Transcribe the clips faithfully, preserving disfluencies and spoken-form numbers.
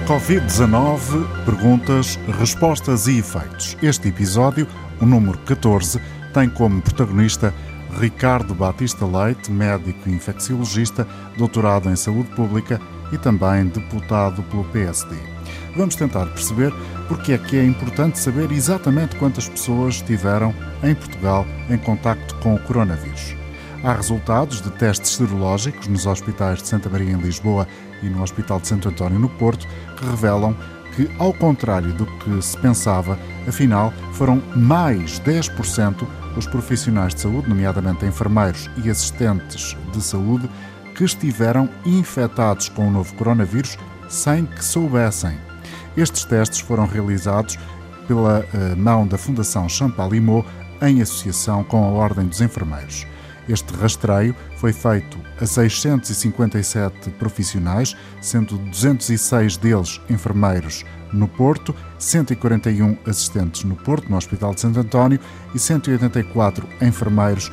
covid dezanove, perguntas, respostas e efeitos. Este episódio, o número catorze, tem como protagonista Ricardo Batista Leite, médico infecciologista, doutorado em saúde pública e também deputado pelo P S D. Vamos tentar perceber porque é que é importante saber exatamente quantas pessoas estiveram em Portugal em contacto com o coronavírus. Há resultados de testes serológicos nos hospitais de Santa Maria em Lisboa e no Hospital de Santo António no Porto que revelam que, ao contrário do que se pensava, afinal foram mais dez por cento os profissionais de saúde, nomeadamente enfermeiros e assistentes de saúde, que estiveram infectados com o novo coronavírus sem que soubessem. Estes testes foram realizados pela uh, mão da Fundação Champalimau em associação com a Ordem dos Enfermeiros. Este rastreio foi feito a seiscentos e cinquenta e sete profissionais, sendo duzentos e seis deles enfermeiros no Porto, cento e quarenta e um assistentes no Porto, no Hospital de Santo António, e cento e oitenta e quatro enfermeiros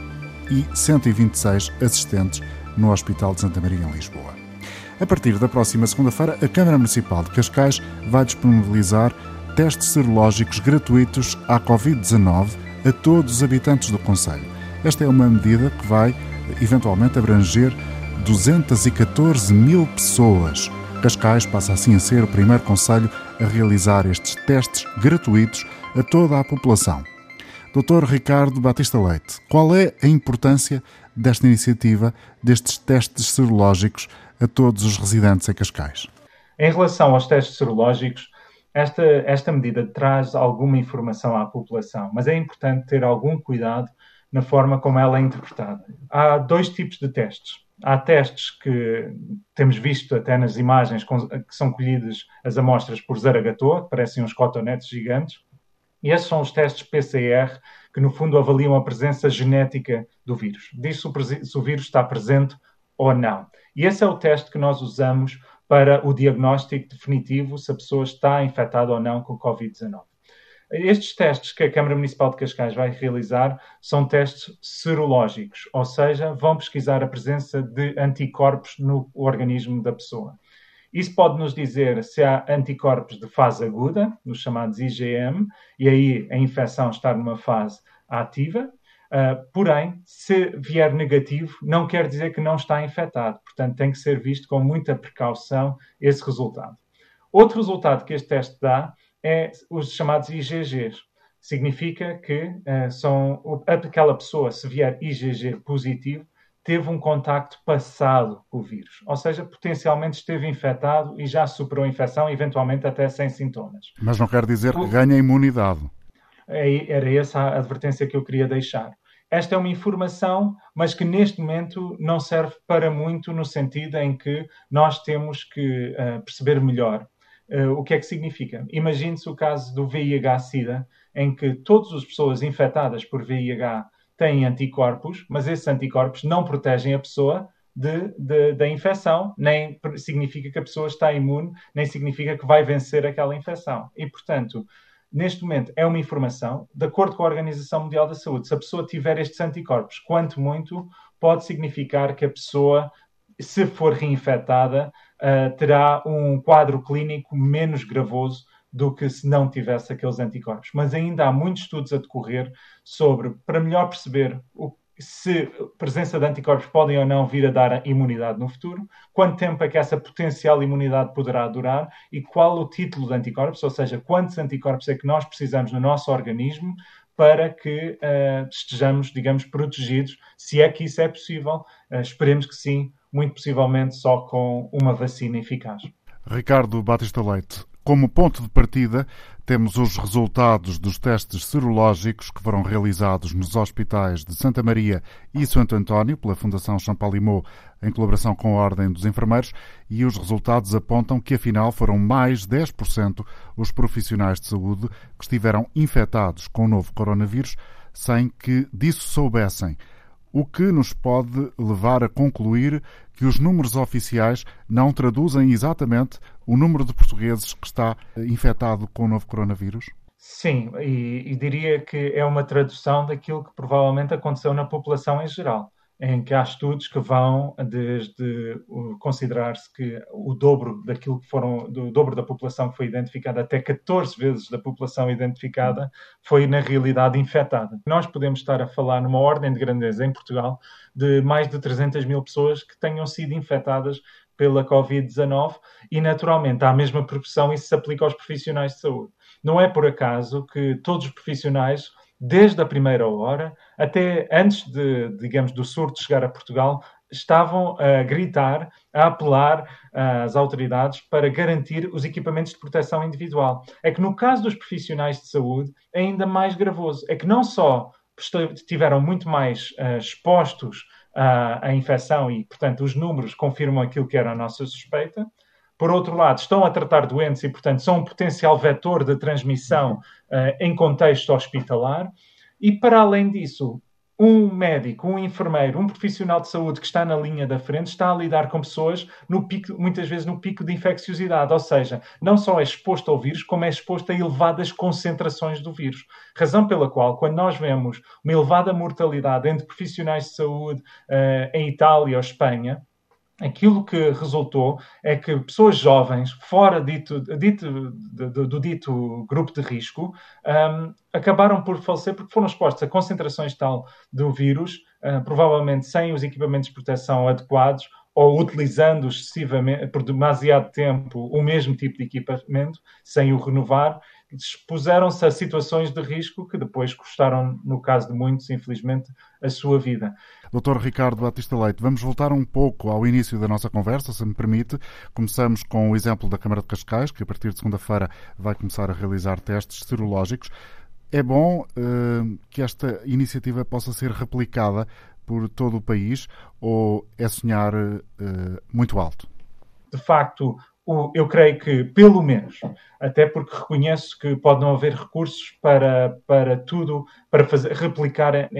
e cento e vinte e seis assistentes no Hospital de Santa Maria em Lisboa. A partir da próxima segunda-feira, a Câmara Municipal de Cascais vai disponibilizar testes serológicos gratuitos à covid dezanove a todos os habitantes do concelho. Esta é uma medida que vai, eventualmente, abranger duzentas e catorze mil pessoas. Cascais passa assim a ser o primeiro concelho a realizar estes testes gratuitos a toda a população. doutor Ricardo Batista Leite, qual é a importância desta iniciativa, destes testes serológicos a todos os residentes em Cascais? Em relação aos testes serológicos, esta, esta medida traz alguma informação à população, mas é importante ter algum cuidado na forma como ela é interpretada. Há dois tipos de testes. Há testes que temos visto até nas imagens, que são colhidas as amostras por zaragatua, que parecem uns cotonetes gigantes, e esses são os testes P C R, que no fundo avaliam a presença genética do vírus. Diz se o vírus está presente ou não. E esse é o teste que nós usamos para o diagnóstico definitivo se a pessoa está infectada ou não com covid dezanove. Estes testes que a Câmara Municipal de Cascais vai realizar são testes serológicos, ou seja, vão pesquisar a presença de anticorpos no organismo da pessoa. Isso pode nos dizer se há anticorpos de fase aguda, os chamados I G M, e aí a infecção está numa fase ativa. Uh, porém, se vier negativo, não quer dizer que não está infectado. Portanto, tem que ser visto com muita precaução esse resultado. Outro resultado que este teste dá é os chamados I G Gs. Significa que uh, são, aquela pessoa, se vier I G G positivo, teve um contacto passado com o vírus. Ou seja, potencialmente esteve infectado e já superou a infecção, eventualmente até sem sintomas. Mas não quer dizer que ganha imunidade. Era essa a advertência que eu queria deixar. Esta é uma informação, mas que neste momento não serve para muito no sentido em que nós temos que uh, perceber melhor uh, o que é que significa. Imagine-se o caso do V I H-Sida, em que todas as pessoas infectadas por V I H têm anticorpos, mas esses anticorpos não protegem a pessoa de, de, da infecção, nem significa que a pessoa está imune, nem significa que vai vencer aquela infecção. E, portanto, neste momento é uma informação, de acordo com a Organização Mundial da Saúde, se a pessoa tiver estes anticorpos, quanto muito, pode significar que a pessoa, se for reinfectada, uh, terá um quadro clínico menos gravoso do que se não tivesse aqueles anticorpos. Mas ainda há muitos estudos a decorrer sobre, para melhor perceber o, se a presença de anticorpos podem ou não vir a dar imunidade no futuro, quanto tempo é que essa potencial imunidade poderá durar e qual o título de anticorpos, ou seja, quantos anticorpos é que nós precisamos no nosso organismo para que uh, estejamos, digamos, protegidos, se é que isso é possível. Uh, esperemos que sim, muito possivelmente só com uma vacina eficaz. Ricardo Batista Leite, como ponto de partida, temos os resultados dos testes serológicos que foram realizados nos hospitais de Santa Maria e Santo António pela Fundação Champalimau em colaboração com a Ordem dos Enfermeiros e os resultados apontam que afinal foram mais dez por cento os profissionais de saúde que estiveram infectados com o novo coronavírus sem que disso soubessem. O que nos pode levar a concluir que os números oficiais não traduzem exatamente o número de portugueses que está infectado com o novo coronavírus? Sim, e, e diria que é uma tradução daquilo que provavelmente aconteceu na população em geral. em que há estudos que vão desde considerar-se que o dobro daquilo que foram, do dobro da população que foi identificada, até catorze vezes da população identificada foi na realidade infectada. Nós podemos estar a falar numa ordem de grandeza em Portugal de mais de trezentas mil pessoas que tenham sido infectadas pela covid dezanove e, naturalmente, à mesma proporção isso se aplica aos profissionais de saúde. Não é por acaso que todos os profissionais, desde a primeira hora até antes de, digamos, do surto chegar a Portugal, estavam a gritar, a apelar às autoridades para garantir os equipamentos de proteção individual. É que no caso dos profissionais de saúde é ainda mais gravoso. É que não só estiveram muito mais uh, expostos à, à infecção e, portanto, os números confirmam aquilo que era a nossa suspeita. Por outro lado, estão a tratar doentes e, portanto, são um potencial vetor de transmissão uh, em contexto hospitalar. E, para além disso, um médico, um enfermeiro, um profissional de saúde que está na linha da frente está a lidar com pessoas, no pico, muitas vezes no pico de infecciosidade. Ou seja, não só é exposto ao vírus, como é exposto a elevadas concentrações do vírus. Razão pela qual, quando nós vemos uma elevada mortalidade entre profissionais de saúde uh, em Itália ou Espanha, aquilo que resultou é que pessoas jovens, fora dito, dito, do, do dito grupo de risco, um, acabaram por falecer porque foram expostos a concentrações tal do vírus, uh, provavelmente sem os equipamentos de proteção adequados ou utilizando excessivamente, por demasiado tempo, o mesmo tipo de equipamento, sem o renovar, expuseram-se a situações de risco que depois custaram, no caso de muitos, infelizmente, a sua vida. doutor Ricardo Batista Leite, vamos voltar um pouco ao início da nossa conversa, se me permite. Começamos com o exemplo da Câmara de Cascais, que a partir de segunda-feira vai começar a realizar testes serológicos. É bom uh, que esta iniciativa possa ser replicada por todo o país ou é sonhar uh, muito alto? De facto, eu creio que, pelo menos, até porque reconheço que pode não haver recursos para, para tudo, para fazer, replicar em,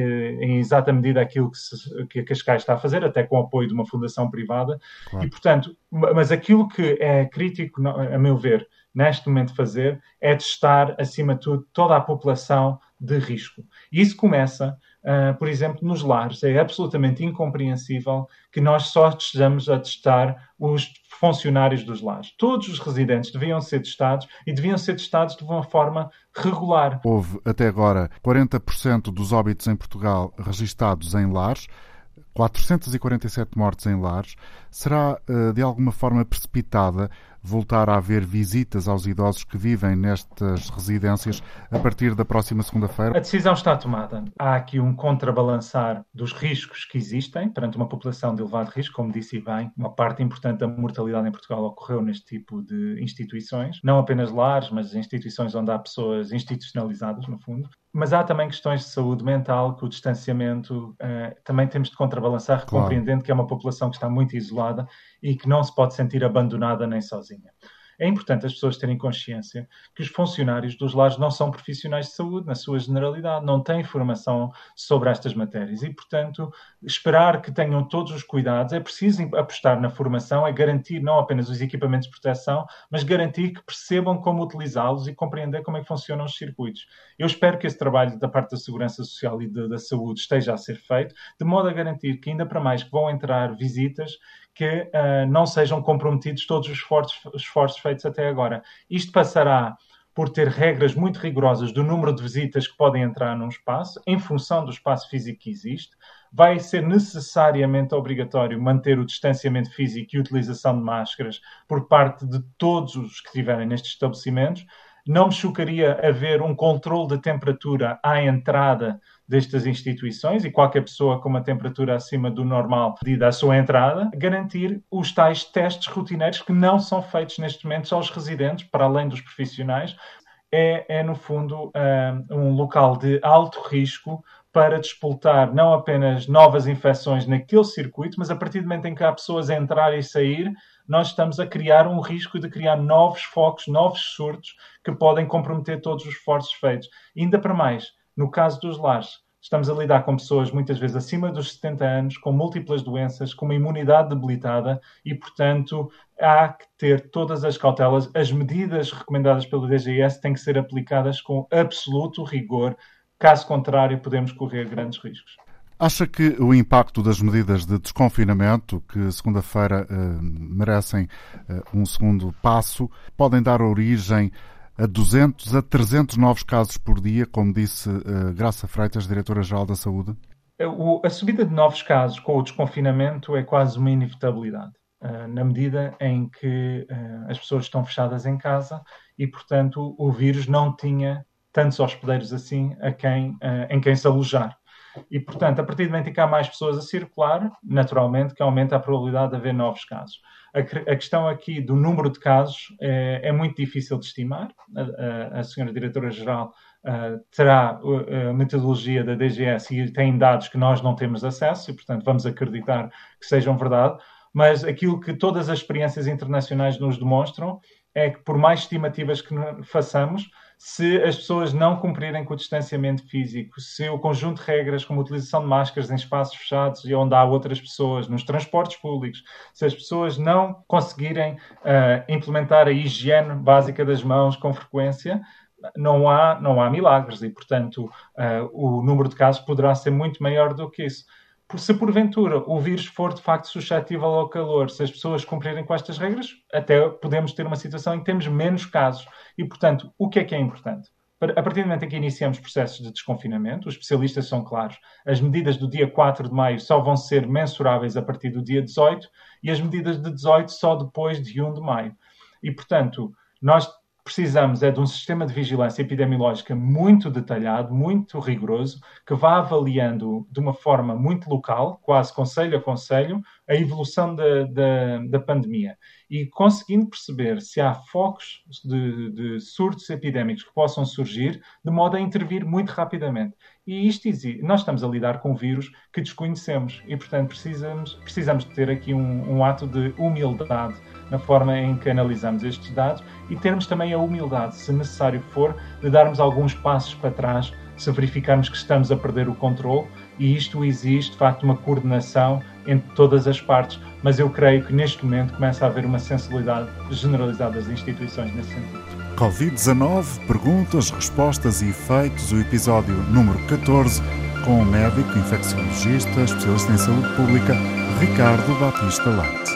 em exata medida aquilo que, se, que a Cascais está a fazer, até com o apoio de uma fundação privada. Claro. E, portanto, mas aquilo que é crítico, a meu ver, neste momento fazer, é testar, acima de tudo, toda a população de risco. E isso começa, uh, por exemplo, nos lares. É absolutamente incompreensível que nós só estejamos a testar os funcionários dos lares. Todos os residentes deviam ser testados e deviam ser testados de uma forma regular. Houve, até agora, quarenta por cento dos óbitos em Portugal registados em lares, quatrocentas e quarenta e sete mortes em lares. Será, de alguma forma, precipitada voltar a haver visitas aos idosos que vivem nestas residências a partir da próxima segunda-feira? A decisão está tomada. Há aqui um contrabalançar dos riscos que existem perante uma população de elevado risco, como disse bem, uma parte importante da mortalidade em Portugal ocorreu neste tipo de instituições, não apenas lares, mas instituições onde há pessoas institucionalizadas, no fundo. Mas há também questões de saúde mental, que o distanciamento uh, também temos de contrabalançar, claro, compreendendo que é uma população que está muito isolada e que não se pode sentir abandonada nem sozinha. É importante as pessoas terem consciência que os funcionários dos lares não são profissionais de saúde, na sua generalidade, não têm formação sobre estas matérias e, portanto, esperar que tenham todos os cuidados. É preciso apostar na formação, é garantir não apenas os equipamentos de proteção, mas garantir que percebam como utilizá-los e compreender como é que funcionam os circuitos. Eu espero que esse trabalho da parte da Segurança Social e de, da Saúde esteja a ser feito, de modo a garantir que, ainda para mais que vão entrar visitas, que uh, não sejam comprometidos todos os esforços, esforços feitos até agora. Isto passará por ter regras muito rigorosas do número de visitas que podem entrar num espaço, em função do espaço físico que existe. Vai ser necessariamente obrigatório manter o distanciamento físico e a utilização de máscaras por parte de todos os que estiverem nestes estabelecimentos. Não me chocaria haver um controle de temperatura à entrada destas instituições e qualquer pessoa com uma temperatura acima do normal medida a sua entrada, garantir os tais testes rotineiros que não são feitos neste momento aos residentes, para além dos profissionais. É, é no fundo, um, um local de alto risco para despoltar não apenas novas infecções naquele circuito, mas a partir do momento em que há pessoas a entrar e sair, nós estamos a criar um risco de criar novos focos, novos surtos que podem comprometer todos os esforços feitos. E ainda para mais, no caso dos lares, estamos a lidar com pessoas muitas vezes acima dos setenta anos, com múltiplas doenças, com uma imunidade debilitada e, portanto, há que ter todas as cautelas. As medidas recomendadas pelo D G S têm que ser aplicadas com absoluto rigor. Caso contrário, podemos correr grandes riscos. Acha que o impacto das medidas de desconfinamento, que segunda-feira eh, merecem eh, um segundo passo, podem dar origem a duzentos a trezentos novos casos por dia, como disse eh, Graça Freitas, Diretora-Geral da Saúde? O, a subida de novos casos com o desconfinamento é quase uma inevitabilidade, uh, na medida em que uh, as pessoas estão fechadas em casa e, portanto, o vírus não tinha tantos hospedeiros assim a quem, uh, em quem se alojar. E, portanto, a partir do momento em que há mais pessoas a circular, naturalmente que aumenta a probabilidade de haver novos casos. A, a questão aqui do número de casos é, é muito difícil de estimar. A, a, a senhora Diretora-Geral uh, terá a metodologia da D G S e tem dados que nós não temos acesso e, portanto, vamos acreditar que sejam verdade. Mas aquilo que todas as experiências internacionais nos demonstram é que, por mais estimativas que façamos, se as pessoas não cumprirem com o distanciamento físico, se o conjunto de regras, como a utilização de máscaras em espaços fechados e onde há outras pessoas, nos transportes públicos, se as pessoas não conseguirem uh, implementar a higiene básica das mãos com frequência, não há, não há milagres e, portanto, uh, o número de casos poderá ser muito maior do que isso. Se porventura o vírus for de facto suscetível ao calor, se as pessoas cumprirem com estas regras, até podemos ter uma situação em que temos menos casos. E, portanto, o que é que é importante? A partir do momento em que iniciamos processos de desconfinamento, os especialistas são claros, as medidas do dia quatro de maio só vão ser mensuráveis a partir do dia dezoito e as medidas de dezoito só depois de um de maio. E, portanto, nós precisamos é de um sistema de vigilância epidemiológica muito detalhado, muito rigoroso, que vá avaliando de uma forma muito local, quase concelho a concelho, a evolução da, da, da pandemia. E conseguindo perceber se há focos de, de surtos epidémicos que possam surgir, de modo a intervir muito rapidamente. E isto existe. Nós estamos a lidar com um vírus que desconhecemos e, portanto, precisamos, precisamos de ter aqui um, um ato de humildade na forma em que analisamos estes dados e termos também a humildade, se necessário for, de darmos alguns passos para trás se verificarmos que estamos a perder o controle, e isto exige, de facto, uma coordenação entre todas as partes, mas eu creio que neste momento começa a haver uma sensibilidade generalizada das instituições nesse sentido. covid dezanove, perguntas, respostas e efeitos, o episódio número catorze, com o médico infecciologista, especialista em saúde pública, Ricardo Batista Leite.